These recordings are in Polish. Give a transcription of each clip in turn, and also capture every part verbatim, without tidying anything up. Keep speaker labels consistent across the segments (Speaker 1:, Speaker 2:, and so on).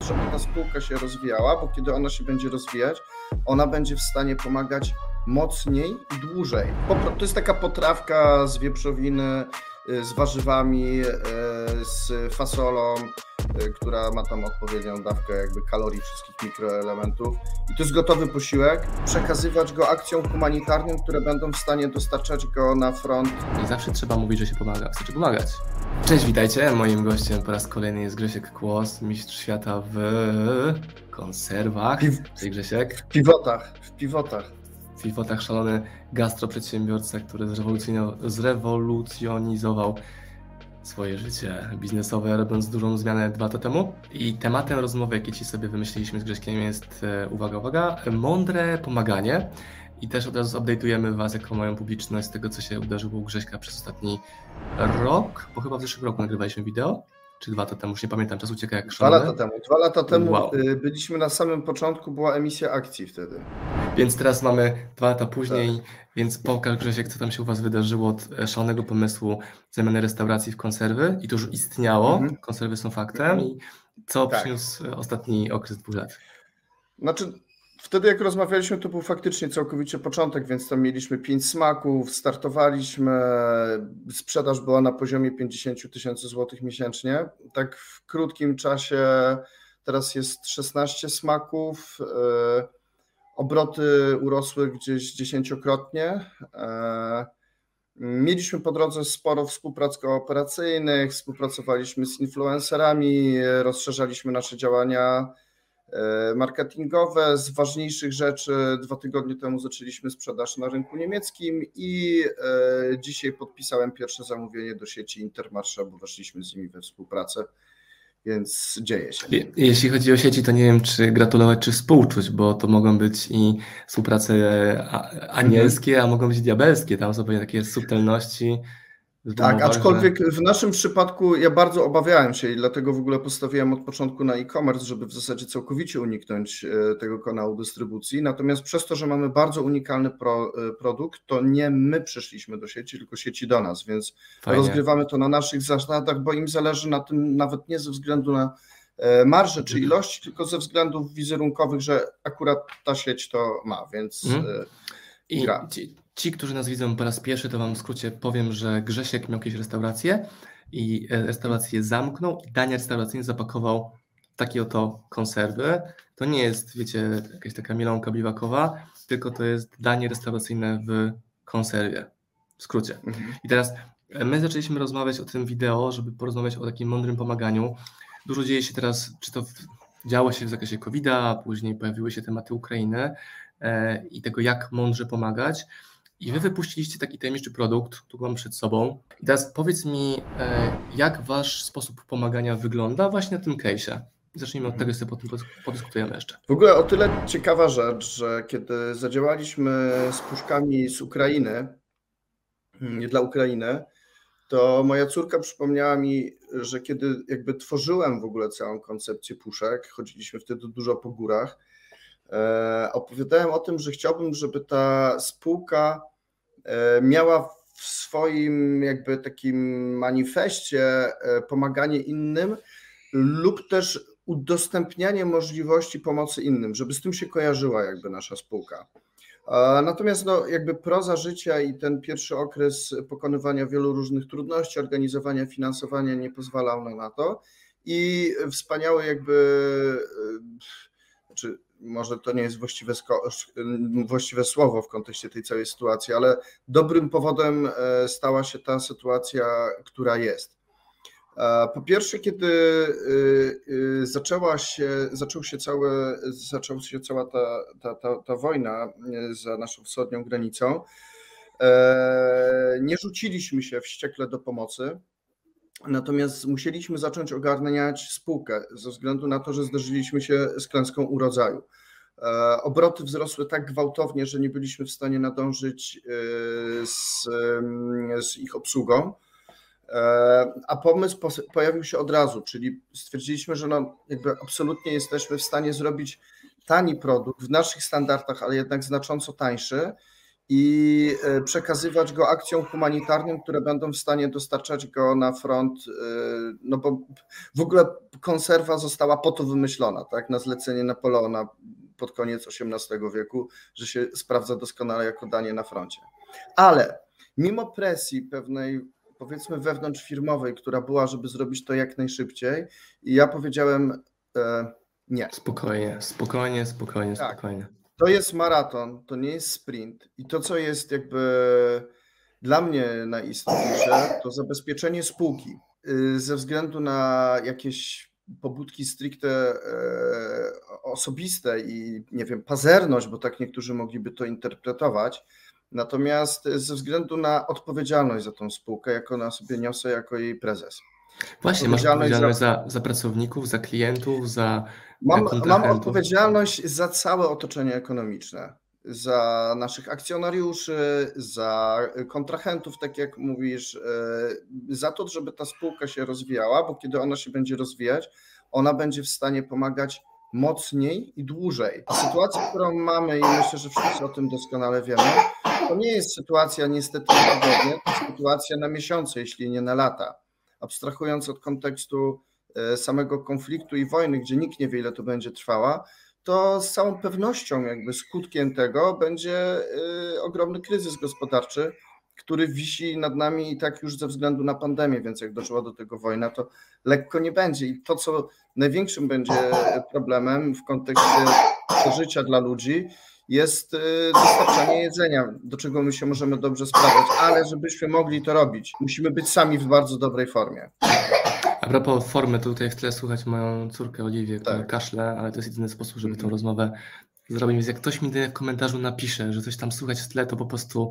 Speaker 1: żeby ta spółka się rozwijała, bo kiedy ona się będzie rozwijać, ona będzie w stanie pomagać mocniej i dłużej. To jest taka potrawka z wieprzowiny, z warzywami, z fasolą, która ma tam odpowiednią dawkę jakby kalorii, wszystkich mikroelementów. I to jest gotowy posiłek. Przekazywać go akcjom humanitarnym, które będą w stanie dostarczać go na front.
Speaker 2: Nie zawsze trzeba mówić, że się pomaga, wystarczy pomagać. Cześć, witajcie. Moim gościem po raz kolejny jest Grzesiek Kłos, mistrz świata w konserwach.
Speaker 1: Piw...
Speaker 2: Cześć, Grzesiek.
Speaker 1: W piwotach, w piwotach.
Speaker 2: W piwotach szalony gastroprzedsiębiorca, który zrewolucjonizował swoje życie biznesowe, robiąc dużą zmianę dwa lata temu. I tematem rozmowy, jaki Ci sobie wymyśliliśmy z Grześkiem, jest, uwaga, uwaga, mądre pomaganie. I też od razu update'ujemy Was jako moją publiczność z tego, co się uderzyło u Grześka przez ostatni rok, bo chyba w zeszłym roku nagrywaliśmy wideo, czy dwa lata temu, już nie pamiętam, czas ucieka jak szalony.
Speaker 1: Dwa lata temu, dwa lata temu
Speaker 2: wow.
Speaker 1: Byliśmy na samym początku, była emisja akcji wtedy.
Speaker 2: Więc teraz mamy dwa lata później, tak. Więc pokaż, Grzesiek, co tam się u Was wydarzyło od szalonego pomysłu zamiany restauracji w konserwy i to już istniało, mhm. konserwy są faktem i co tak. przyniósł ostatni okres dwóch lat?
Speaker 1: Znaczy, wtedy jak rozmawialiśmy, to był faktycznie całkowicie początek, więc tam mieliśmy pięć smaków, startowaliśmy, sprzedaż była na poziomie pięćdziesiąt tysięcy złotych miesięcznie. Tak w krótkim czasie teraz jest szesnaście smaków, yy, obroty urosły gdzieś dziesięciokrotnie. Yy, mieliśmy po drodze sporo współprac kooperacyjnych, współpracowaliśmy z influencerami, rozszerzaliśmy nasze działania marketingowe. Z ważniejszych rzeczy dwa tygodnie temu zaczęliśmy sprzedaż na rynku niemieckim i e, dzisiaj podpisałem pierwsze zamówienie do sieci Intermarché, bo weszliśmy z nimi we współpracę, więc dzieje się.
Speaker 2: Jeśli chodzi o sieci, to nie wiem, czy gratulować, czy współczuć, bo to mogą być i współprace anielskie, mhm. a mogą być diabelskie, tam są pewnie takie subtelności.
Speaker 1: Tak, aczkolwiek w naszym przypadku ja bardzo obawiałem się i dlatego w ogóle postawiłem od początku na e-commerce, żeby w zasadzie całkowicie uniknąć tego kanału dystrybucji. Natomiast przez to, że mamy bardzo unikalny pro, produkt, to nie my przyszliśmy do sieci, tylko sieci do nas, więc Fajnie. rozgrywamy to na naszych zasadach, bo im zależy na tym nawet nie ze względu na marże czy ilości, tylko ze względów wizerunkowych, że akurat ta sieć to ma, więc hmm.
Speaker 2: I gra. Ci, ci, którzy nas widzą po raz pierwszy, to wam w skrócie powiem, że Grzesiek miał jakieś restauracje i restaurację zamknął i danie restauracyjne zapakował takie oto konserwy. To nie jest, wiecie, jakaś taka mielonka biwakowa, tylko to jest danie restauracyjne w konserwie. W skrócie. Mhm. I teraz my zaczęliśmy rozmawiać o tym wideo, żeby porozmawiać o takim mądrym pomaganiu. Dużo dzieje się teraz, czy to działo się w zakresie kowida, później pojawiły się tematy Ukrainy i tego, jak mądrze pomagać. I wy wypuściliście taki tajemniczy produkt, który mam przed sobą. I teraz powiedz mi, jak wasz sposób pomagania wygląda właśnie na tym case'ie. Zacznijmy od tego, sobie potem podyskutujemy jeszcze.
Speaker 1: W ogóle o tyle ciekawa rzecz, że kiedy zadziałaliśmy z puszkami z Ukrainy, nie dla Ukrainy, to moja córka przypomniała mi, że kiedy jakby tworzyłem w ogóle całą koncepcję puszek, chodziliśmy wtedy dużo po górach, E, opowiadałem o tym, że chciałbym, żeby ta spółka e, miała w swoim jakby takim manifestie e, pomaganie innym lub też udostępnianie możliwości pomocy innym, żeby z tym się kojarzyła jakby nasza spółka. E, natomiast no, jakby proza życia i ten pierwszy okres pokonywania wielu różnych trudności, organizowania, finansowania nie pozwalał nam na to i wspaniały jakby e, czy może to nie jest właściwe, właściwe słowo w kontekście tej całej sytuacji, ale dobrym powodem stała się ta sytuacja, która jest. Po pierwsze, kiedy zaczęła się, zaczął się cały, zaczęła się cała ta, ta, ta, ta wojna za naszą wschodnią granicą, nie rzuciliśmy się wściekle do pomocy. Natomiast musieliśmy zacząć ogarniać spółkę ze względu na to, że zderzyliśmy się z klęską urodzaju. Obroty wzrosły tak gwałtownie, że nie byliśmy w stanie nadążyć z, z ich obsługą, a pomysł pojawił się od razu, czyli stwierdziliśmy, że no jakby absolutnie jesteśmy w stanie zrobić tani produkt w naszych standardach, ale jednak znacząco tańszy i przekazywać go akcjom humanitarnym, które będą w stanie dostarczać go na front, no bo w ogóle konserwa została po to wymyślona, tak, na zlecenie Napoleona pod koniec osiemnastego wieku, że się sprawdza doskonale jako danie na froncie. Ale mimo presji pewnej, powiedzmy wewnątrzfirmowej, która była, żeby zrobić to jak najszybciej, i ja powiedziałem e, nie.
Speaker 2: Spokojnie, spokojnie, spokojnie,
Speaker 1: tak.
Speaker 2: spokojnie.
Speaker 1: To jest maraton, to nie jest sprint i to, co jest jakby dla mnie najistotniejsze, to zabezpieczenie spółki ze względu na jakieś pobudki stricte osobiste i nie wiem, pazerność, bo tak niektórzy mogliby to interpretować, natomiast ze względu na odpowiedzialność za tą spółkę, jak ona sobie niosę jako jej prezes.
Speaker 2: Właśnie, masz odpowiedzialność za, za pracowników, za klientów, za
Speaker 1: Mam, mam odpowiedzialność za całe otoczenie ekonomiczne, za naszych akcjonariuszy, za kontrahentów, tak jak mówisz, za to, żeby ta spółka się rozwijała, bo kiedy ona się będzie rozwijać, ona będzie w stanie pomagać mocniej i dłużej. Sytuacja, którą mamy, i myślę, że wszyscy o tym doskonale wiemy, to nie jest sytuacja niestety na tygodnie, to jest sytuacja na miesiące, jeśli nie na lata. Abstrahując od kontekstu samego konfliktu i wojny, gdzie nikt nie wie, ile to będzie trwała, to z całą pewnością jakby skutkiem tego będzie ogromny kryzys gospodarczy, który wisi nad nami i tak już ze względu na pandemię, więc jak doszła do tego wojna, to lekko nie będzie. I to, co największym będzie problemem w kontekście życia dla ludzi, jest dostarczanie jedzenia, do czego my się możemy dobrze sprawdzić, ale żebyśmy mogli to robić, musimy być sami w bardzo dobrej formie.
Speaker 2: A propos formy, to tutaj w tle słuchać moją córkę Oliwię, która tak. kaszle, ale to jest jedyny sposób, żeby tą rozmowę zrobić. Więc jak ktoś mi w komentarzu napisze, że coś tam słychać w tle, to po prostu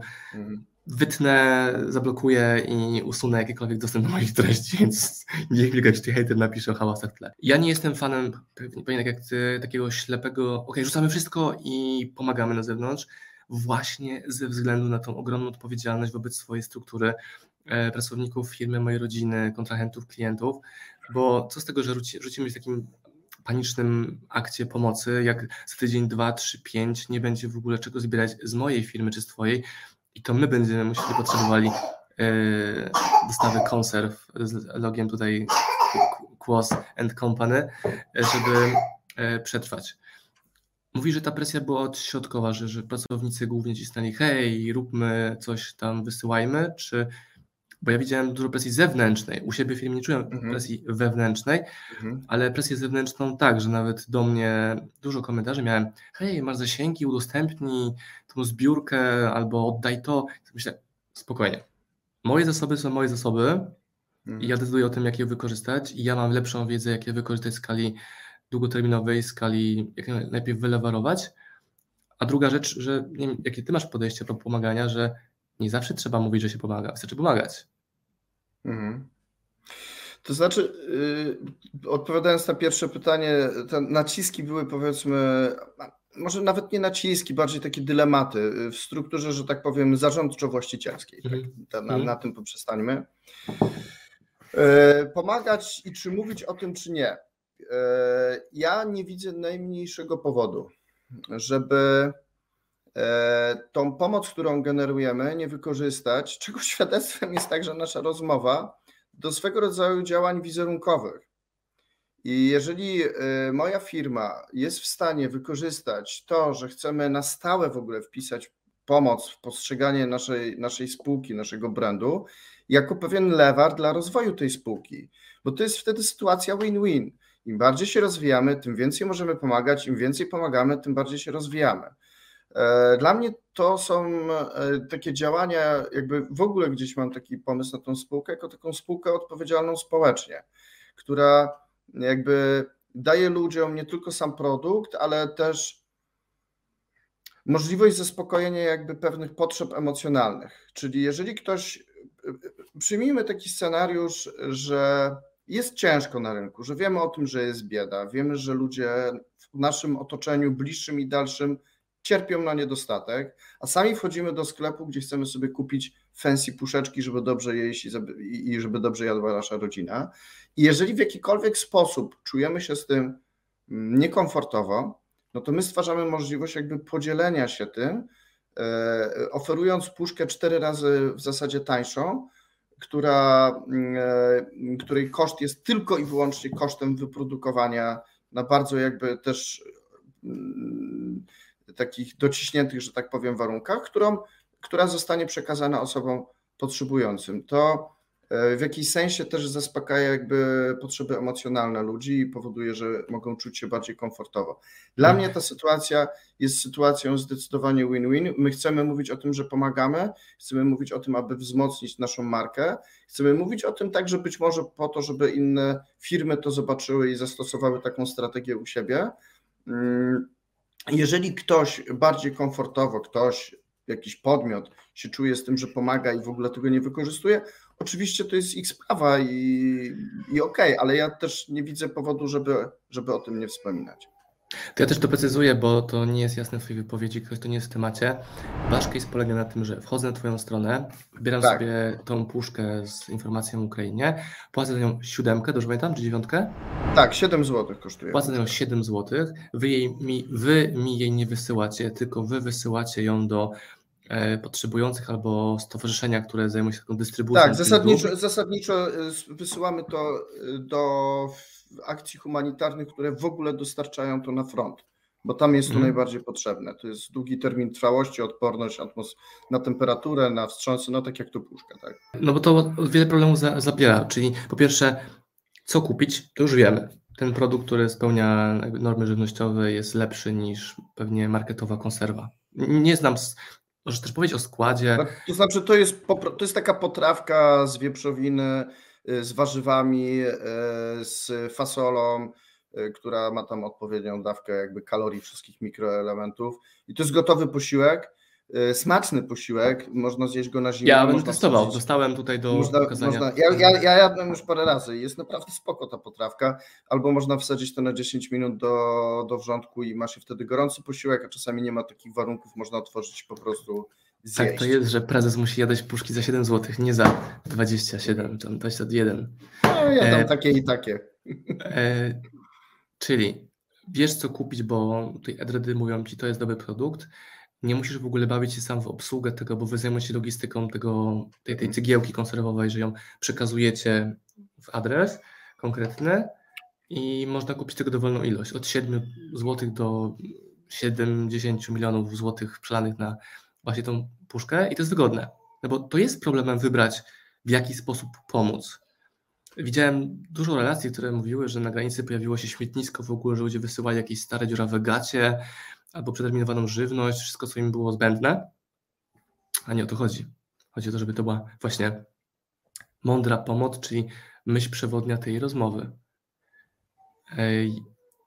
Speaker 2: wytnę, zablokuję i usunę jakikolwiek dostęp do moich treści, więc niech mi jakiś hejter napisze o hałasach w tle. Ja nie jestem fanem, pewnie jak ty, takiego ślepego, okej, okay, rzucamy wszystko i pomagamy na zewnątrz, właśnie ze względu na tą ogromną odpowiedzialność wobec swojej struktury, pracowników firmy, mojej rodziny, kontrahentów, klientów, bo co z tego, że rzuci, rzucimy w takim panicznym akcie pomocy, jak za tydzień, dwa, trzy, pięć nie będzie w ogóle czego zbierać z mojej firmy czy z twojej i to my będziemy musieli potrzebowali yy, dostawy konserw z logiem tutaj Kłos and Company, żeby yy, przetrwać. Mówi, że ta presja była odśrodkowa, że, że pracownicy głównie cisnęli hej, róbmy coś tam, wysyłajmy, czy bo ja widziałem dużo presji zewnętrznej, u siebie w firmie nie czułem mhm. presji wewnętrznej, mhm. ale presję zewnętrzną tak, że nawet do mnie dużo komentarzy miałem, hej, masz zasięgi, udostępnij tą zbiórkę albo oddaj to. Myślę, spokojnie, moje zasoby są moje zasoby mhm. i ja decyduję o tym, jak je wykorzystać i ja mam lepszą wiedzę, jak je wykorzystać w skali długoterminowej, w skali jak najlepiej wylewarować. A druga rzecz, że nie wiem, jakie ty masz podejście do pomagania, że nie zawsze trzeba mówić, że się pomaga, wystarczy pomagać.
Speaker 1: Mhm. To znaczy, yy, odpowiadając na pierwsze pytanie, te naciski były, powiedzmy, może nawet nie naciski, bardziej takie dylematy w strukturze, że tak powiem, zarządczo-właścicielskiej. Mhm. Tak, na, na tym poprzestańmy. Yy, pomagać i czy mówić o tym, czy nie. Yy, ja nie widzę najmniejszego powodu, żeby tą pomoc, którą generujemy, nie wykorzystać, czego świadectwem jest także nasza rozmowa, do swego rodzaju działań wizerunkowych. I jeżeli moja firma jest w stanie wykorzystać to, że chcemy na stałe w ogóle wpisać pomoc w postrzeganie naszej, naszej spółki, naszego brandu, jako pewien lewar dla rozwoju tej spółki, bo to jest wtedy sytuacja win-win. Im bardziej się rozwijamy, tym więcej możemy pomagać, im więcej pomagamy, tym bardziej się rozwijamy. Dla mnie to są takie działania, jakby w ogóle gdzieś mam taki pomysł na tą spółkę, jako taką spółkę odpowiedzialną społecznie, która jakby daje ludziom nie tylko sam produkt, ale też możliwość zaspokojenia jakby pewnych potrzeb emocjonalnych. Czyli jeżeli ktoś, przyjmijmy taki scenariusz, że jest ciężko na rynku, że wiemy o tym, że jest bieda, wiemy, że ludzie w naszym otoczeniu bliższym i dalszym cierpią na niedostatek, a sami wchodzimy do sklepu, gdzie chcemy sobie kupić fancy puszeczki, żeby dobrze jeść i żeby dobrze jadła nasza rodzina. I jeżeli w jakikolwiek sposób czujemy się z tym niekomfortowo, no to my stwarzamy możliwość jakby podzielenia się tym oferując puszkę cztery razy w zasadzie tańszą, która, której koszt jest tylko i wyłącznie kosztem wyprodukowania na bardzo jakby też takich dociśniętych, że tak powiem, warunkach, którą, która zostanie przekazana osobom potrzebującym. To w jakiś sensie też zaspokaja jakby potrzeby emocjonalne ludzi i powoduje, że mogą czuć się bardziej komfortowo. Dla mnie ta sytuacja jest sytuacją zdecydowanie win-win. My chcemy mówić o tym, że pomagamy, chcemy mówić o tym, aby wzmocnić naszą markę, chcemy mówić o tym także być może po to, żeby inne firmy to zobaczyły i zastosowały taką strategię u siebie. Jeżeli ktoś bardziej komfortowo, ktoś, jakiś podmiot się czuje z tym, że pomaga i w ogóle tego nie wykorzystuje, oczywiście to jest ich sprawa i, i okej, okay, ale ja też nie widzę powodu, żeby, żeby o tym nie wspominać.
Speaker 2: To ja też doprecyzuję, bo to nie jest jasne w Twojej wypowiedzi, ktoś to nie jest w temacie. Wasz case polega na tym, że wchodzę na Twoją stronę, wybieram tak. sobie tą puszkę z informacją o Ukrainie, płacę za nią siódemkę, dobrze pamiętam, czy dziewiątkę?
Speaker 1: Tak, siedem złotych kosztuje.
Speaker 2: Płacę za nią siedem złotych, wy, jej, mi, wy mi jej nie wysyłacie, tylko wy wysyłacie ją do e, potrzebujących albo stowarzyszenia, które zajmują się taką dystrybucją.
Speaker 1: Tak, zasadniczo, zasadniczo wysyłamy to do akcji humanitarnych, które w ogóle dostarczają to na front, bo tam jest to hmm. najbardziej potrzebne. To jest długi termin trwałości, odporność atmos- na temperaturę, na wstrząsy, no tak jak to puszka. Tak?
Speaker 2: No bo to wiele problemów za, zabiera, czyli po pierwsze, co kupić, to już wiemy. Ten produkt, który spełnia normy żywnościowe, jest lepszy niż pewnie marketowa konserwa. Nie znam, możesz też powiedzieć o składzie.
Speaker 1: To znaczy, to jest, to jest taka potrawka z wieprzowiny, z warzywami, z fasolą, która ma tam odpowiednią dawkę jakby kalorii, wszystkich mikroelementów. I to jest gotowy posiłek, smaczny posiłek, można zjeść go na zimno.
Speaker 2: Ja bym testował, wsadzić. Dostałem tutaj do
Speaker 1: można,
Speaker 2: pokazania.
Speaker 1: Można, ja, ja, ja jadłem już parę razy, jest naprawdę spoko ta potrawka, albo można wsadzić to na dziesięć minut do, do wrzątku i ma się wtedy gorący posiłek, a czasami nie ma takich warunków, można otworzyć po prostu zjeść.
Speaker 2: Tak to jest, że prezes musi jadać puszki za siedem złotych, nie za dwadzieścia siedem, tam dwadzieścia jeden.
Speaker 1: No ja tam e, takie i takie.
Speaker 2: E, czyli wiesz co kupić, bo tutaj Edredy mówią Ci, to jest dobry produkt. Nie musisz w ogóle bawić się sam w obsługę tego, bo wy zajmujecie się logistyką tego, tej, tej cegiełki konserwowej, że ją przekazujecie w adres konkretny i można kupić tego dowolną ilość, od siedem złotych do siedemdziesiąt milionów złotych przelanych na właśnie tą puszkę i to jest wygodne, no bo to jest problemem wybrać, w jaki sposób pomóc. Widziałem dużo relacji, które mówiły, że na granicy pojawiło się śmietnisko w ogóle, że ludzie wysyłali jakieś stare dziurawe gacie albo przeterminowaną żywność, wszystko co im było zbędne, a nie o to chodzi. Chodzi o to, żeby to była właśnie mądra pomoc, czyli myśl przewodnia tej rozmowy. Ej,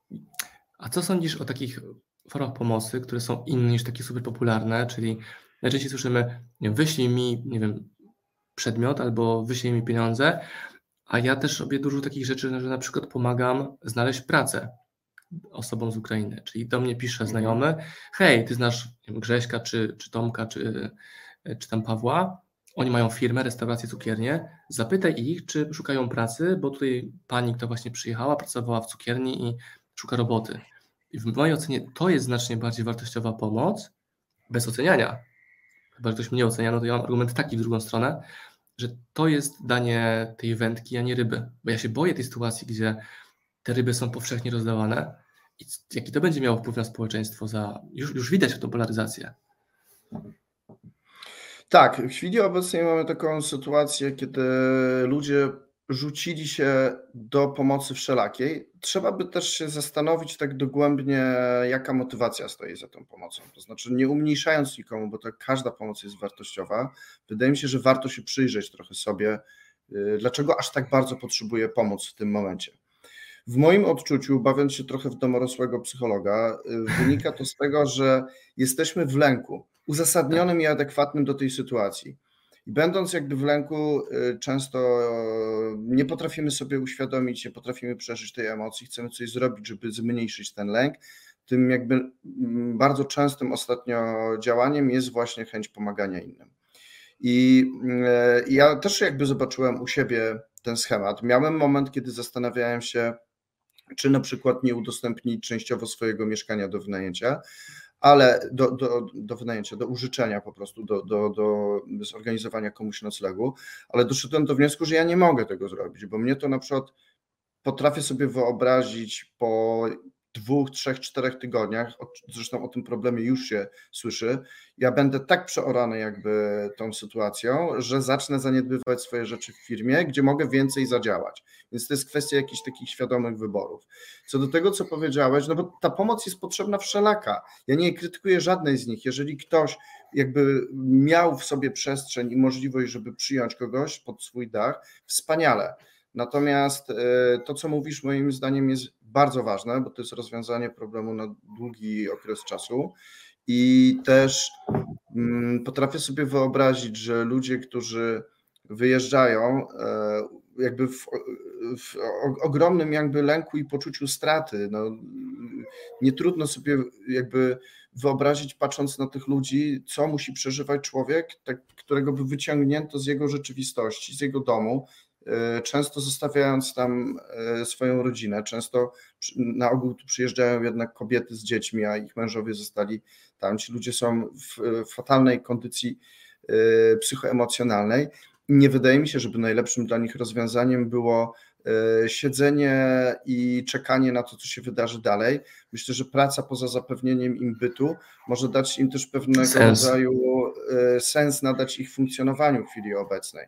Speaker 2: a co sądzisz o takich formach pomocy, które są inne niż takie super popularne, czyli najczęściej słyszymy, nie wiem, wyślij mi, nie wiem, przedmiot albo wyślij mi pieniądze, a ja też robię dużo takich rzeczy, że na przykład pomagam znaleźć pracę osobom z Ukrainy, czyli do mnie pisze znajomy, hej, ty znasz nie wiem, Grześka, czy, czy Tomka, czy, czy tam Pawła, oni mają firmę, restaurację, cukiernię, zapytaj ich, czy szukają pracy, bo tutaj pani, która właśnie przyjechała, pracowała w cukierni i szuka roboty. I w mojej ocenie to jest znacznie bardziej wartościowa pomoc, bez oceniania. Chyba, że ktoś mnie ocenia, no to ja mam argument taki w drugą stronę, że to jest danie tej wędki, a nie ryby. Bo ja się boję tej sytuacji, gdzie te ryby są powszechnie rozdawane i jaki to będzie miało wpływ na społeczeństwo, za już, już widać tą polaryzację.
Speaker 1: Tak, w chwili obecnej mamy taką sytuację, kiedy ludzie rzucili się do pomocy wszelakiej. Trzeba by też się zastanowić tak dogłębnie, jaka motywacja stoi za tą pomocą. To znaczy nie umniejszając nikomu, bo to każda pomoc jest wartościowa. Wydaje mi się, że warto się przyjrzeć trochę sobie, dlaczego aż tak bardzo potrzebuję pomoc w tym momencie. W moim odczuciu, bawiąc się trochę w domorosłego psychologa, wynika to z tego, że jesteśmy w lęku, uzasadnionym i adekwatnym do tej sytuacji. I będąc jakby w lęku, często nie potrafimy sobie uświadomić, nie potrafimy przeżyć tej emocji, chcemy coś zrobić, żeby zmniejszyć ten lęk. Tym jakby bardzo częstym ostatnio działaniem jest właśnie chęć pomagania innym. I ja też jakby zobaczyłem u siebie ten schemat. Miałem moment, kiedy zastanawiałem się, czy na przykład nie udostępnić częściowo swojego mieszkania do wynajęcia, ale do, do, do wynajęcia, do użyczenia po prostu, do, do, do zorganizowania komuś noclegu, ale doszedłem do wniosku, że ja nie mogę tego zrobić, bo mnie to na przykład potrafię sobie wyobrazić po dwóch, trzech, czterech tygodniach, zresztą o tym problemie już się słyszy, ja będę tak przeorany jakby tą sytuacją, że zacznę zaniedbywać swoje rzeczy w firmie, gdzie mogę więcej zadziałać. Więc to jest kwestia jakichś takich świadomych wyborów. Co do tego, co powiedziałeś, no bo ta pomoc jest potrzebna wszelaka. Ja nie krytykuję żadnej z nich. Jeżeli ktoś jakby miał w sobie przestrzeń i możliwość, żeby przyjąć kogoś pod swój dach, wspaniale. Natomiast to, co mówisz, moim zdaniem jest bardzo ważne, bo to jest rozwiązanie problemu na długi okres czasu i też potrafię sobie wyobrazić, że ludzie, którzy wyjeżdżają jakby w, w ogromnym jakby lęku i poczuciu straty, no, nie trudno sobie jakby wyobrazić, patrząc na tych ludzi, co musi przeżywać człowiek, tak, którego by wyciągnięto z jego rzeczywistości, z jego domu, często zostawiając tam swoją rodzinę, często na ogół tu przyjeżdżają jednak kobiety z dziećmi, a ich mężowie zostali tam. Ci ludzie są w fatalnej kondycji psychoemocjonalnej. Nie wydaje mi się, żeby najlepszym dla nich rozwiązaniem było siedzenie i czekanie na to, co się wydarzy dalej. Myślę, że praca poza zapewnieniem im bytu może dać im też pewnego sens. rodzaju sens, nadać ich funkcjonowaniu w chwili obecnej.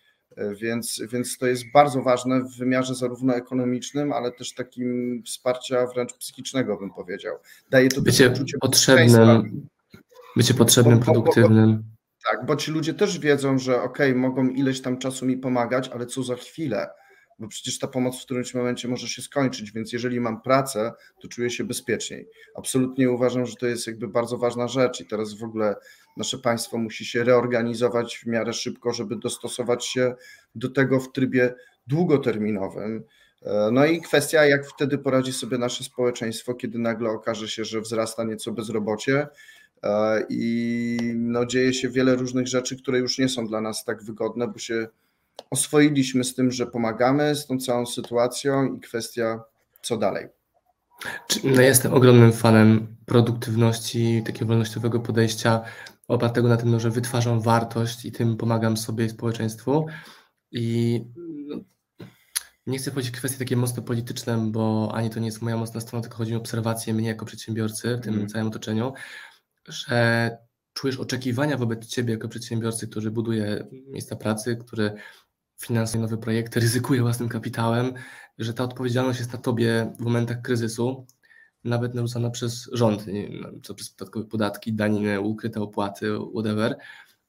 Speaker 1: Więc, więc to jest bardzo ważne w wymiarze zarówno ekonomicznym, ale też takim wsparcia wręcz psychicznego, bym powiedział. Daje to
Speaker 2: bycie
Speaker 1: też poczucie
Speaker 2: potrzebnym, bycie potrzebnym, bo, produktywnym.
Speaker 1: Bo, bo, tak, bo ci ludzie też wiedzą, że okej, okay, mogą ileś tam czasu mi pomagać, ale co za chwilę, bo przecież ta pomoc w którymś momencie może się skończyć, więc jeżeli mam pracę, to czuję się bezpieczniej. Absolutnie uważam, że to jest jakby bardzo ważna rzecz i teraz w ogóle nasze państwo musi się reorganizować w miarę szybko, żeby dostosować się do tego w trybie długoterminowym. No i kwestia, jak wtedy poradzi sobie nasze społeczeństwo, kiedy nagle okaże się, że wzrasta nieco bezrobocie i no dzieje się wiele różnych rzeczy, które już nie są dla nas tak wygodne, bo się oswoiliśmy z tym, że pomagamy, z tą całą sytuacją i kwestia, co dalej.
Speaker 2: No, jestem ogromnym fanem produktywności, takiego wolnościowego podejścia opartego na tym, że wytwarzam wartość i tym pomagam sobie i społeczeństwu. I no, nie chcę powiedzieć kwestie takie mocno polityczne, bo ani to nie jest moja mocna strona, tylko chodzi mi o obserwację mnie jako przedsiębiorcy w tym mm. całym otoczeniu, że czujesz oczekiwania wobec ciebie jako przedsiębiorcy, który buduje miejsca pracy, który finansuje nowe projekty, ryzykuje własnym kapitałem, że ta odpowiedzialność jest na tobie w momentach kryzysu, nawet narzucana przez rząd, co przez dodatkowe podatki, daniny, ukryte opłaty, whatever.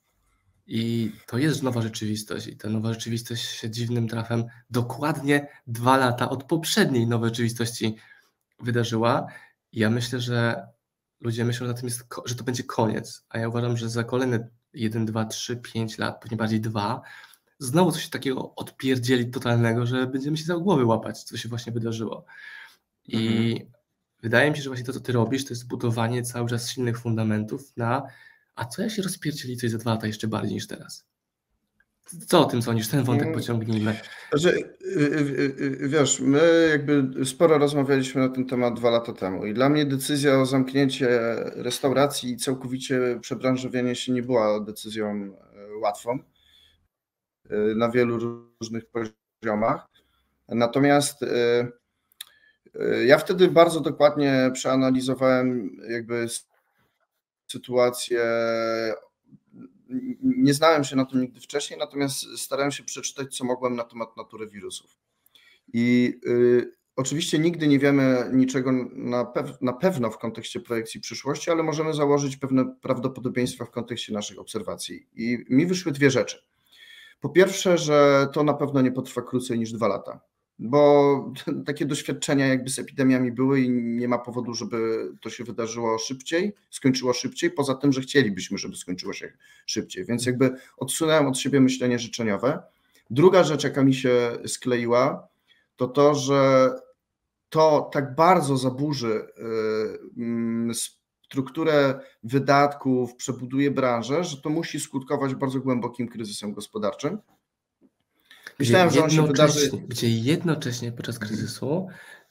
Speaker 2: I to jest nowa rzeczywistość i ta nowa rzeczywistość się dziwnym trafem dokładnie dwa lata od poprzedniej nowej rzeczywistości wydarzyła. I ja myślę, że ludzie myślą, że, na tym jest, że to będzie koniec, a ja uważam, że za kolejne jeden, dwa, trzy, pięć lat, pewnie bardziej dwa, znowu coś takiego odpierdzieli totalnego, że będziemy się za głowy łapać, co się właśnie wydarzyło. I mhm. wydaje mi się, że właśnie to, co ty robisz, to jest budowanie cały czas silnych fundamentów na a co jak się rozpierdzieli coś za dwa lata jeszcze bardziej niż teraz? Co o tym sądzisz? Ten wątek pociągnijmy.
Speaker 1: Znaczy, wiesz, my jakby sporo rozmawialiśmy na ten temat dwa lata temu i dla mnie decyzja o zamknięciu restauracji i całkowicie przebranżowienie się nie była decyzją łatwą na wielu różnych poziomach. Natomiast ja wtedy bardzo dokładnie przeanalizowałem jakby sytuację. Nie znałem się na tym nigdy wcześniej, natomiast starałem się przeczytać, co mogłem na temat natury wirusów. I y, oczywiście nigdy nie wiemy niczego na, pew- na pewno w kontekście projekcji przyszłości, ale możemy założyć pewne prawdopodobieństwa w kontekście naszych obserwacji. I mi wyszły dwie rzeczy. Po pierwsze, że to na pewno nie potrwa krócej niż dwa lata, bo takie doświadczenia jakby z epidemiami były i nie ma powodu, żeby to się wydarzyło szybciej, skończyło szybciej, poza tym, że chcielibyśmy, żeby skończyło się szybciej, więc jakby odsunąłem od siebie myślenie życzeniowe. Druga rzecz, jaka mi się skleiła, to to, że to tak bardzo zaburzy strukturę wydatków, przebuduje branżę, że to musi skutkować bardzo głębokim kryzysem gospodarczym. Myślałem, że on się wydarzy.
Speaker 2: Gdzie jednocześnie podczas kryzysu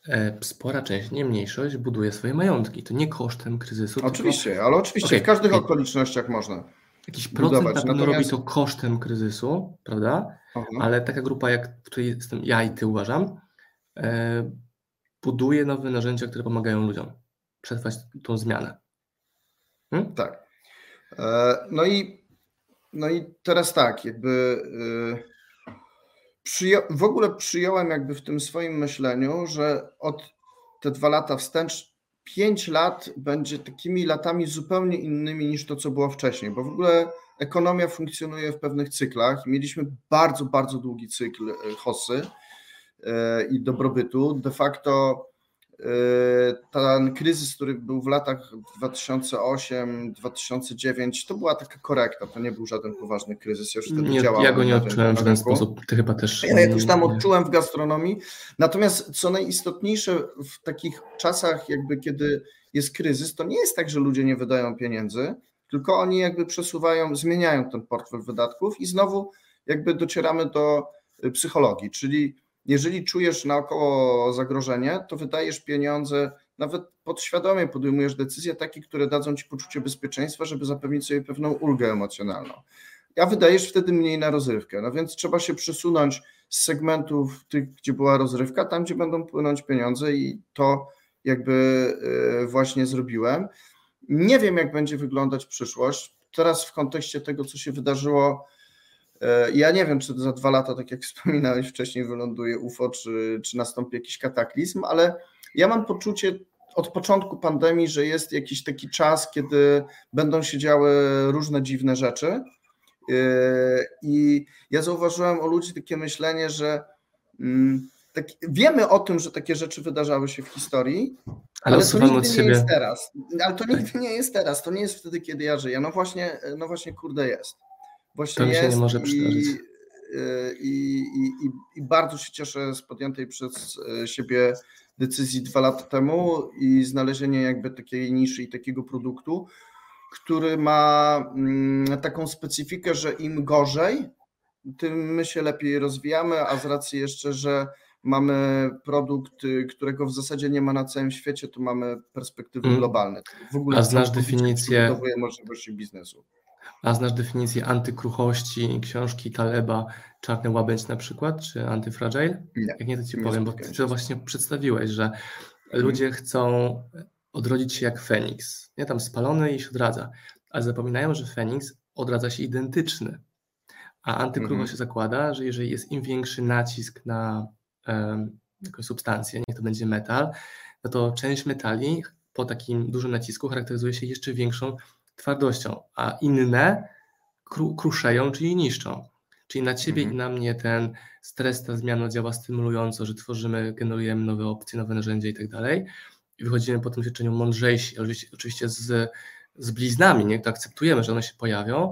Speaker 2: spora część, nie mniejszość, buduje swoje majątki. To nie kosztem kryzysu.
Speaker 1: Oczywiście,
Speaker 2: tylko...
Speaker 1: ale oczywiście okay, w każdych okay. okolicznościach można.
Speaker 2: Jakiś
Speaker 1: budować.
Speaker 2: procent na pewno
Speaker 1: Natomiast...
Speaker 2: robi to kosztem kryzysu, prawda? Aha. Ale taka grupa, jak w której jestem ja i ty, uważam, e, buduje nowe narzędzia, które pomagają ludziom przetrwać tą zmianę. Hmm?
Speaker 1: Tak. E, no i no i teraz tak, jakby e, przyją- w ogóle przyjąłem jakby w tym swoim myśleniu, że od te dwa lata wstecz pięć lat będzie takimi latami zupełnie innymi niż to, co było wcześniej, bo w ogóle ekonomia funkcjonuje w pewnych cyklach. Mieliśmy bardzo, bardzo długi cykl hossy i dobrobytu. De facto ten kryzys, który był w latach dwa tysiące osiem do dwa tysiące dziewięć, to była taka korekta, to nie był żaden poważny kryzys. Ja już wtedy
Speaker 2: nie,
Speaker 1: działałem.
Speaker 2: Ja go nie odczułem w ten sposób, ty chyba też.
Speaker 1: Ja jakoś tam odczułem w gastronomii. Natomiast co najistotniejsze w takich czasach, jakby kiedy jest kryzys, to nie jest tak, że ludzie nie wydają pieniędzy, tylko oni jakby przesuwają, zmieniają ten portfel wydatków i znowu jakby docieramy do psychologii, czyli jeżeli czujesz naokoło zagrożenie, to wydajesz pieniądze, nawet podświadomie podejmujesz decyzje takie, które dadzą ci poczucie bezpieczeństwa, żeby zapewnić sobie pewną ulgę emocjonalną. A wydajesz wtedy mniej na rozrywkę, no więc trzeba się przesunąć z segmentów tych, gdzie była rozrywka, tam gdzie będą płynąć pieniądze i to jakby właśnie zrobiłem. Nie wiem, jak będzie wyglądać przyszłość. Teraz w kontekście tego, co się wydarzyło, ja nie wiem, czy za dwa lata, tak jak wspominałeś wcześniej, wyląduje U F O, czy, czy nastąpi jakiś kataklizm, ale ja mam poczucie od początku pandemii, że jest jakiś taki czas, kiedy będą się działy różne dziwne rzeczy i ja zauważyłem u ludzi takie myślenie, że tak, wiemy o tym, że takie rzeczy wydarzały się w historii, ale, ale to nigdy nie jest teraz. Ale to nigdy nie jest teraz, to nie jest wtedy, kiedy ja żyję. No właśnie, no właśnie kurde jest. Właśnie
Speaker 2: to mi się
Speaker 1: jest
Speaker 2: nie może
Speaker 1: i,
Speaker 2: przydarzyć.
Speaker 1: I, i, i bardzo się cieszę z podjętej przez siebie decyzji dwa lata temu i znalezienie jakby takiej niszy i takiego produktu, który ma taką specyfikę, że im gorzej, tym my się lepiej rozwijamy, a z racji jeszcze, że mamy produkt, którego w zasadzie nie ma na całym świecie, to mamy perspektywy mm. globalne. W ogóle
Speaker 2: a znasz definicję
Speaker 1: przybudowuje możliwości biznesu.
Speaker 2: A znasz definicję antykruchości książki Taleba, Czarny Łabędź na przykład, czy Antyfragile?
Speaker 1: Nie,
Speaker 2: Jak nie, to ci
Speaker 1: nie
Speaker 2: powiem, bo ty to właśnie przedstawiłeś, że hmm. ludzie chcą odrodzić się jak Feniks. Nie, tam spalony i się odradza, ale zapominają, że Feniks odradza się identyczny. A antykruchość hmm. zakłada, że jeżeli jest im większy nacisk na um, jakąś substancję, niech to będzie metal, no to część metali po takim dużym nacisku charakteryzuje się jeszcze większą twardością, a inne kru, kruszeją, czyli niszczą. Czyli na ciebie mhm. i na mnie ten stres, ta zmiana działa stymulująco, że tworzymy, generujemy nowe opcje, nowe narzędzia i tak dalej. I wychodzimy po tym ćwiczeniu mądrzejsi, oczywiście z, z bliznami, nie? To akceptujemy, że one się pojawią,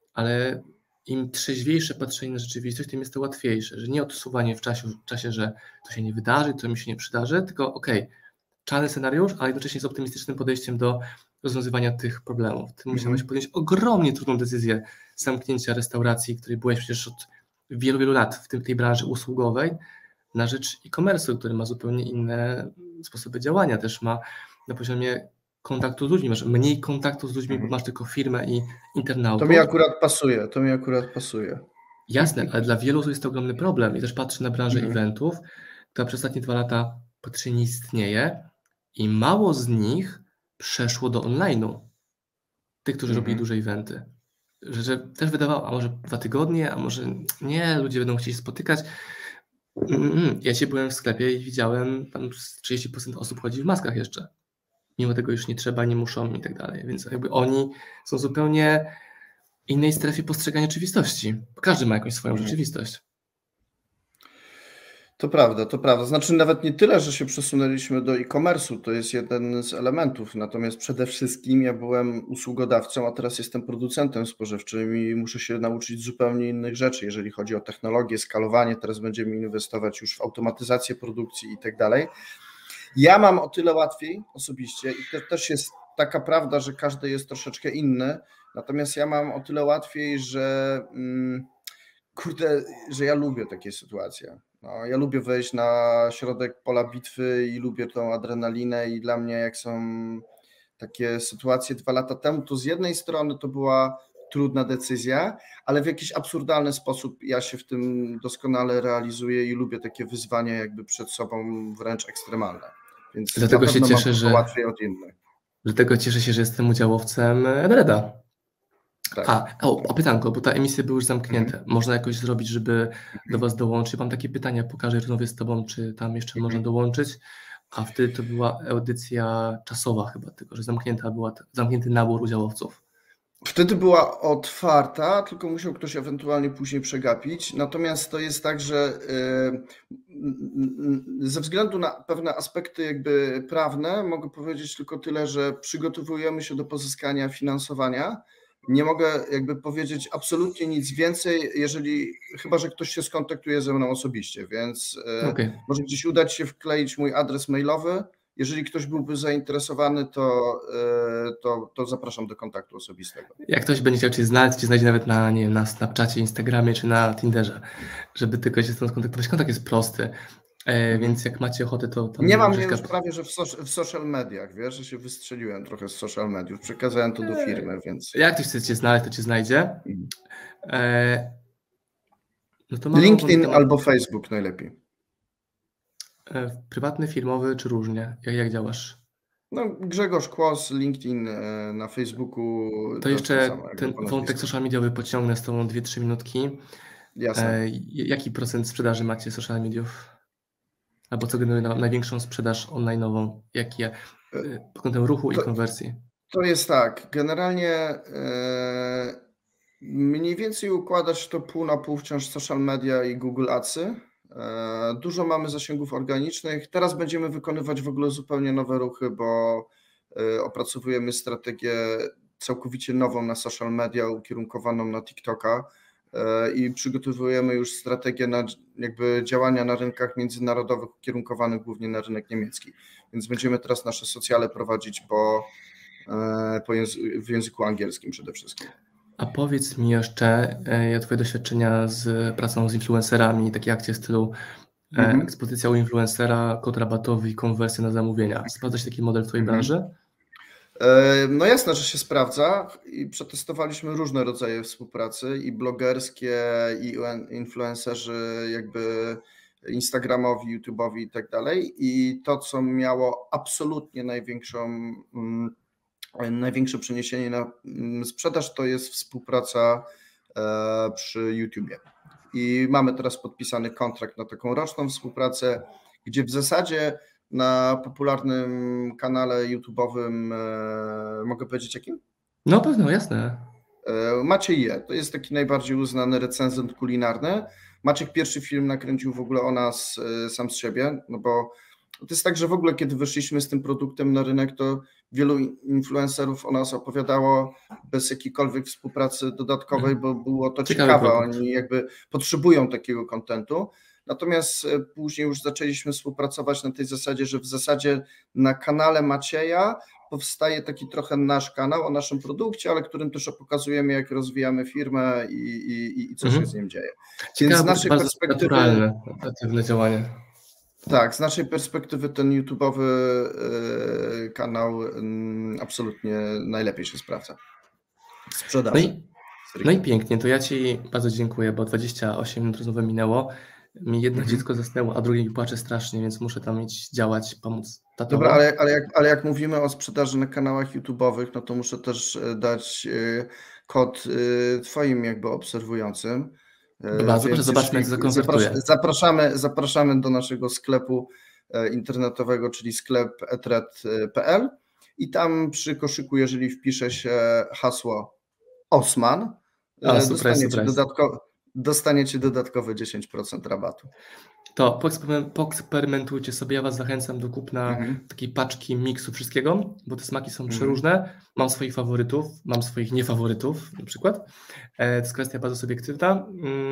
Speaker 2: ale im trzeźwiejsze patrzenie na rzeczywistość, tym jest to łatwiejsze, że nie odsuwanie w czasie, w czasie, że to się nie wydarzy, to mi się nie przydarzy, tylko okej, okay, czarny scenariusz, ale jednocześnie z optymistycznym podejściem do rozwiązywania tych problemów. Ty musiałeś podjąć ogromnie trudną decyzję zamknięcia restauracji, której byłeś przecież od wielu, wielu lat w tym, tej branży usługowej, na rzecz e-commerce'u, który ma zupełnie inne sposoby działania. Też ma na poziomie kontaktu z ludźmi, masz mniej kontaktu z ludźmi, mhm. bo masz tylko firmę i internautów.
Speaker 1: To mi akurat pasuje, to mi akurat pasuje.
Speaker 2: Jasne, ale dla wielu to jest to ogromny problem. I też patrzę na branżę mhm. eventów, która przez ostatnie dwa lata praktycznie nie istnieje i mało z nich przeszło do online'u. Tych, którzy mm-hmm. robili duże eventy. Że, że też wydawało, a może dwa tygodnie, a może nie, ludzie będą chcieli spotykać. Mm-mm. Ja dzisiaj byłem w sklepie i widziałem, tam trzydzieści procent osób chodzi w maskach jeszcze. Mimo tego już nie trzeba, nie muszą i tak dalej. Więc jakby oni są zupełnie innej strefie postrzegania rzeczywistości. Każdy ma jakąś swoją mm-hmm. rzeczywistość.
Speaker 1: To prawda, to prawda. Znaczy nawet nie tyle, że się przesunęliśmy do e-commerce'u, to jest jeden z elementów, natomiast przede wszystkim ja byłem usługodawcą, a teraz jestem producentem spożywczym i muszę się nauczyć zupełnie innych rzeczy, jeżeli chodzi o technologię, skalowanie, teraz będziemy inwestować już w automatyzację produkcji i tak dalej. Ja mam o tyle łatwiej osobiście i to też jest taka prawda, że każdy jest troszeczkę inny, natomiast ja mam o tyle łatwiej, że... Mm, Kurde, że ja lubię takie sytuacje. No, ja lubię wejść na środek pola bitwy i lubię tą adrenalinę i dla mnie jak są takie sytuacje dwa lata temu, to z jednej strony to była trudna decyzja, ale w jakiś absurdalny sposób ja się w tym doskonale realizuję i lubię takie wyzwania jakby przed sobą wręcz ekstremalne. Więc
Speaker 2: Dlatego
Speaker 1: na
Speaker 2: się
Speaker 1: pewno
Speaker 2: cieszę,
Speaker 1: mam to
Speaker 2: że
Speaker 1: łatwiej od innych.
Speaker 2: Dlatego cieszę się, że jestem udziałowcem Enreda.
Speaker 1: Tak.
Speaker 2: A, o, a pytanko, bo ta emisja była już zamknięta.
Speaker 1: Mhm.
Speaker 2: Można jakoś zrobić, żeby do Was dołączyć? Mam takie pytania po każdej rozmowie z Tobą, czy tam jeszcze można dołączyć? A wtedy to była audycja czasowa chyba, tylko że zamknięta była, zamknięty nabór udziałowców.
Speaker 1: Wtedy była otwarta, tylko musiał ktoś ewentualnie później przegapić. Natomiast to jest tak, że ze względu na pewne aspekty jakby prawne mogę powiedzieć tylko tyle, że przygotowujemy się do pozyskania finansowania. Nie mogę jakby powiedzieć absolutnie nic więcej, jeżeli chyba, że ktoś się skontaktuje ze mną osobiście, więc
Speaker 2: Okay.
Speaker 1: może gdzieś udać się wkleić mój adres mailowy. Jeżeli ktoś byłby zainteresowany, to, to, to zapraszam do kontaktu osobistego.
Speaker 2: Jak ktoś będzie chciał Cię znać, Cię znajdzie nawet na, nie wiem, na Snapchacie, Instagramie czy na Tinderze, żeby tylko się z tym skontaktować. Kontakt jest prosty, e, więc jak macie ochotę, to... to
Speaker 1: nie mam mnie
Speaker 2: Grześka...
Speaker 1: już prawie, że w, so, w social mediach, wiesz, że się wystrzeliłem trochę z social mediów, przekazałem to do firmy, więc...
Speaker 2: Jak ktoś chce Cię znaleźć, to Cię znajdzie. E, no to
Speaker 1: LinkedIn temat... albo Facebook najlepiej.
Speaker 2: Prywatny, firmowy czy różnie? Jak, jak działasz?
Speaker 1: No, Grzegorz Kłos, LinkedIn, na Facebooku.
Speaker 2: To, to jeszcze samo, ten wątek social mediowy pociągnę z Tobą dwie trzy minutki.
Speaker 1: Jasne.
Speaker 2: E, jaki procent sprzedaży macie social mediów? Albo co generuje największą sprzedaż online'ową? Jakie pod kątem ruchu
Speaker 1: to,
Speaker 2: i konwersji?
Speaker 1: To jest tak, generalnie e, mniej więcej układać to pół na pół wciąż social media i Google Adsy. Dużo mamy zasięgów organicznych. Teraz będziemy wykonywać w ogóle zupełnie nowe ruchy, bo opracowujemy strategię całkowicie nową na social media, ukierunkowaną na TikToka i przygotowujemy już strategię na jakby działania na rynkach międzynarodowych ukierunkowanych głównie na rynek niemiecki. Więc będziemy teraz nasze socjale prowadzić po, po języ- w języku angielskim przede wszystkim.
Speaker 2: A powiedz mi jeszcze e, Twoje doświadczenia z pracą z influencerami, takie akcje w stylu e,
Speaker 1: Mhm.
Speaker 2: ekspozycja u influencera, kod rabatowy i konwersja na zamówienia. Sprawdza się taki model w Twojej
Speaker 1: Mhm.
Speaker 2: branży?
Speaker 1: E, no jasne, że się sprawdza i przetestowaliśmy różne rodzaje współpracy i blogerskie, i influencerzy jakby instagramowi, YouTube'owi i tak dalej. I to, co miało absolutnie największą mm, największe przeniesienie na sprzedaż, to jest współpraca przy YouTubie. I mamy teraz podpisany kontrakt na taką roczną współpracę, gdzie w zasadzie na popularnym kanale YouTube'owym, mogę powiedzieć jakim?
Speaker 2: No pewno, jasne.
Speaker 1: Maciej Je, to jest taki najbardziej uznany recenzent kulinarny. Maciek pierwszy film nakręcił w ogóle o nas sam z siebie, no bo to jest tak, że w ogóle kiedy wyszliśmy z tym produktem na rynek, to wielu influencerów o nas opowiadało bez jakiejkolwiek współpracy dodatkowej, bo było to ciekawe, ciekawe. Oni jakby potrzebują takiego kontentu. Natomiast później już zaczęliśmy współpracować na tej zasadzie, że w zasadzie na kanale Macieja powstaje taki trochę nasz kanał o naszym produkcie, ale którym też pokazujemy, jak rozwijamy firmę i, i, i co mhm. się z nim dzieje.
Speaker 2: Ciekawe, Więc z naszej perspektywy naturalne, naturalne działanie.
Speaker 1: Tak, z naszej perspektywy ten YouTube'owy kanał absolutnie najlepiej się sprawdza. Sprzedaży.
Speaker 2: No i, no i pięknie, to ja Ci bardzo dziękuję, bo dwadzieścia osiem minut rozmowy minęło. Mi jedno mhm. dziecko zasnęło, a drugie mi płacze strasznie, więc muszę tam iść działać, pomóc tatowi.
Speaker 1: Dobra, ale, ale, jak, ale jak mówimy o sprzedaży na kanałach YouTube'owych, no to muszę też dać kod Twoim jakby obserwującym.
Speaker 2: Dobra, zobaczmy, zobaczmy, jak zakonwertuje.
Speaker 1: Zapraszamy, zapraszamy do naszego sklepu internetowego, czyli sklep etred kropka p l i tam przy koszyku, jeżeli wpisze się hasło Osman, A, dostaniecie, super, dodatko, dostaniecie dodatkowe dziesięć procent rabatu.
Speaker 2: To poeksperymentujcie sobie, ja Was zachęcam do kupna mhm. takiej paczki miksu wszystkiego, bo te smaki są mhm. przeróżne. Mam swoich faworytów, mam swoich niefaworytów na przykład. To jest kwestia bardzo subiektywna,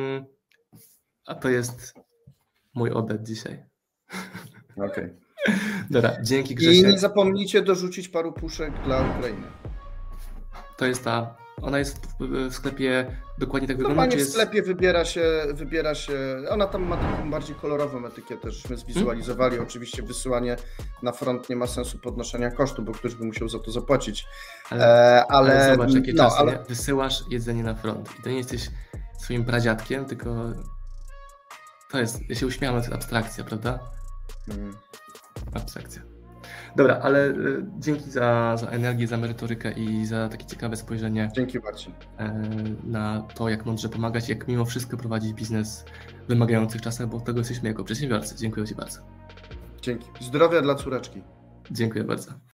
Speaker 2: a to jest mój obiad dzisiaj.
Speaker 1: Okej. Okay.
Speaker 2: Dobra, dzięki Grzesiek.
Speaker 1: I nie zapomnijcie dorzucić paru puszek dla Ukrainy.
Speaker 2: To jest ta Ona jest w, w sklepie dokładnie tak wygląda?
Speaker 1: Normalnie
Speaker 2: Czy
Speaker 1: w
Speaker 2: jest...
Speaker 1: sklepie wybiera się, wybiera się, ona tam ma taką bardziej kolorową etykietę, żeśmy zwizualizowali. Hmm? Oczywiście wysyłanie na front nie ma sensu podnoszenia kosztu, bo ktoś by musiał za to zapłacić.
Speaker 2: Ale,
Speaker 1: e, ale,
Speaker 2: ale zobacz, jakie
Speaker 1: no,
Speaker 2: czasy,
Speaker 1: ale...
Speaker 2: nie? Wysyłasz jedzenie na front i to nie jesteś swoim pradziadkiem, tylko to jest, ja się uśmiałem, to jest abstrakcja, prawda? Hmm. Abstrakcja. Dobra, ale y, dzięki za, za energię, za merytorykę i za takie ciekawe spojrzenie.
Speaker 1: Dzięki Marcin.
Speaker 2: Y, na to, jak mądrze pomagać, jak mimo wszystko prowadzić biznes w wymagających czasach, bo tego jesteśmy jako przedsiębiorcy. Dziękuję Ci bardzo.
Speaker 1: Dzięki. Zdrowia dla córeczki.
Speaker 2: Dziękuję bardzo.